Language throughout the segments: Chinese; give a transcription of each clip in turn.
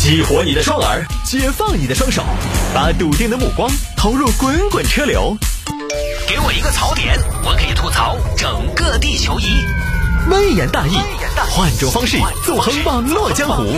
激活你的双耳，解放你的双手，把笃定的目光投入滚滚车流。 给我一个槽点，我可以吐槽整个地球仪。 微言大义，换种方式纵横网络江湖。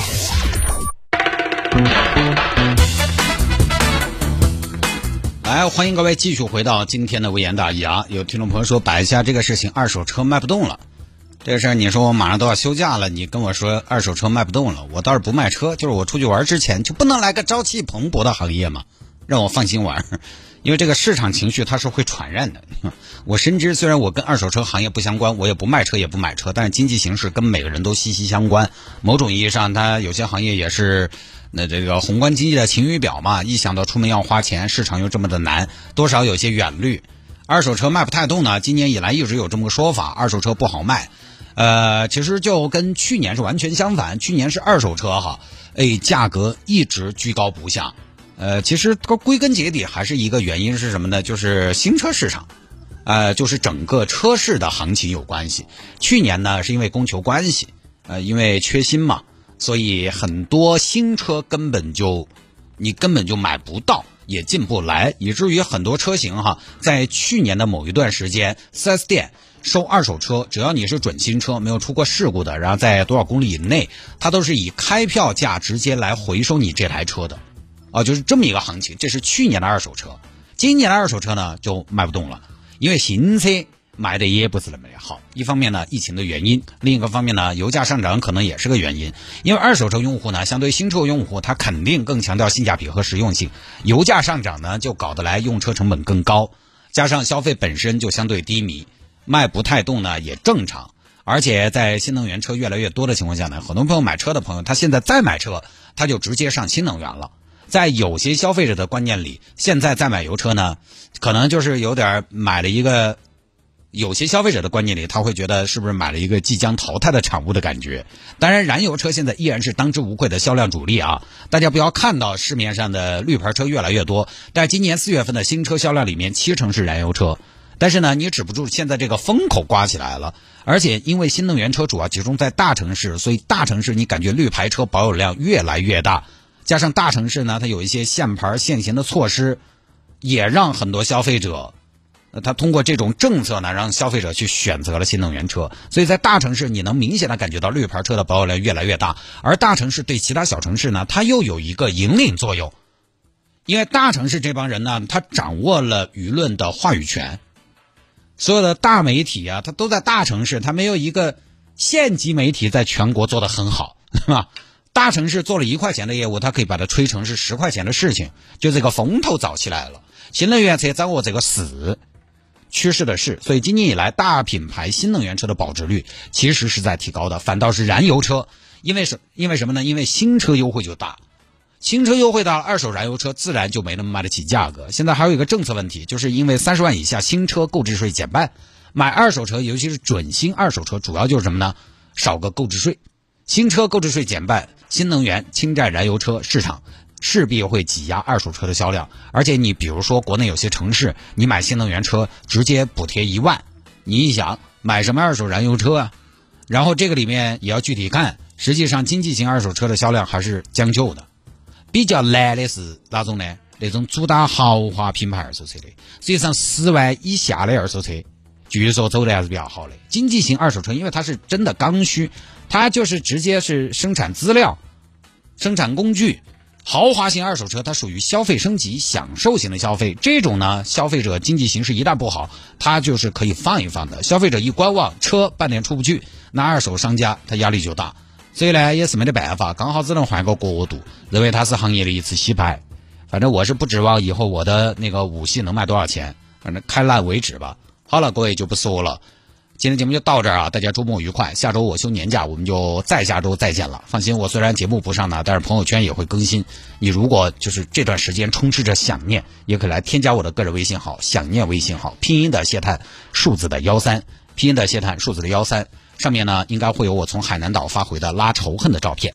来，欢迎各位继续回到今天的微言大义啊！有听众朋友说摆一下这个事情，二手车卖不动了。这个事儿你说我马上都要休假了，你跟我说二手车卖不动了，我倒是不卖车，就是我出去玩之前就不能来个朝气蓬勃的行业吗？让我放心玩，因为这个市场情绪它是会传染的。我深知虽然我跟二手车行业不相关，我也不卖车也不买车，但是经济形势跟每个人都息息相关。某种意义上，它有些行业也是这个宏观经济的晴雨表嘛，一想到出门要花钱，市场又这么的难，多少有些远虑。二手车卖不太动呢，今年以来一直有这么个说法，二手车不好卖。其实就跟去年是完全相反，去年是二手车价格一直居高不下。其实归根结底还是一个原因是什么呢？就是新车市场，就是整个车市的行情有关系。去年呢是因为供求关系，因为缺芯嘛，所以很多新车你根本就买不到，也进不来，以至于很多车型在去年的某一段时间 4S 店收二手车，只要你是准新车，没有出过事故的，然后在多少公里以内，它都是以开票价直接来回收你这台车的，就是这么一个行情。这是去年的二手车，今年的二手车呢就卖不动了，因为新车卖的也不是那么好。一方面呢，疫情的原因；另一个方面呢，油价上涨可能也是个原因。因为二手车用户呢，相对新车用户，他肯定更强调性价比和实用性。油价上涨呢，就搞得来用车成本更高，加上消费本身就相对低迷，卖不太动呢也正常。而且在新能源车越来越多的情况下呢，很多朋友买车的朋友，他现在再买车，他就直接上新能源了。在有些消费者的观念里，现在再买油车呢，可能就是有点买了一个。有些消费者的观念里，他会觉得是不是买了一个即将淘汰的产物的感觉。当然，燃油车现在依然是当之无愧的销量主力啊！大家不要看到市面上的绿牌车越来越多，但今年4月份的新车销量里面70%是燃油车。但是呢，你止不住现在这个风口刮起来了，而且因为新能源车主要集中在大城市，所以大城市你感觉绿牌车保有量越来越大。加上大城市呢，它有一些限牌限行的措施，也让很多消费者。他通过这种政策呢，让消费者去选择了新能源车，所以在大城市你能明显的感觉到绿牌车的保有量越来越大，而大城市对其他小城市呢，它又有一个引领作用，因为大城市这帮人呢，他掌握了舆论的话语权，所有的大媒体啊，他都在大城市，他没有一个县级媒体在全国做得很好，对吧？大城市做了1块钱的业务，他可以把它吹成是10块钱的事情，就这个风头早起来了，新能源车掌握这个势趋势的是，所以今年以来大品牌新能源车的保值率其实是在提高的，反倒是燃油车，因为什么呢？因为新车优惠就大，新车优惠大了，二手燃油车自然就没那么卖得起价格。现在还有一个政策问题，就是因为30万以下新车购置税减半，买二手车尤其是准新二手车主要就是什么呢？少个购置税，新车购置税减半，新能源侵占燃油车市场，势必会挤压二手车的销量。而且你比如说国内有些城市，你买新能源车直接补贴1万，你一想买什么二手燃油车啊？然后这个里面也要具体看，实际上经济型二手车的销量还是将就的。比较难的是哪种呢？那种主打豪华品牌二手车的，实际上10万以下的二手车据说走的还是比较好的。经济型二手车因为它是真的刚需，它就是直接是生产资料、生产工具。豪华型二手车它属于消费升级、享受型的消费，这种呢，消费者经济形势一旦不好，它就是可以放一放的。消费者一观望，车半年出不去，那二手商家他压力就大，所以呢也是没得办法，刚好只能换个角度，认为它是行业的一次洗牌。反正我是不指望以后我的那个5系能卖多少钱，反正开烂为止吧。好了，各位就不说了。今天节目就到这儿啊，大家周末愉快。下周我休年假，我们就再下周再见了。放心，我虽然节目不上呢，但是朋友圈也会更新。你如果就是这段时间充斥着想念，也可以来添加我的个人微信号，想念微信号，拼音的谢探，数字的13，拼音的谢探，数字的13。上面呢应该会有我从海南岛发回的拉仇恨的照片。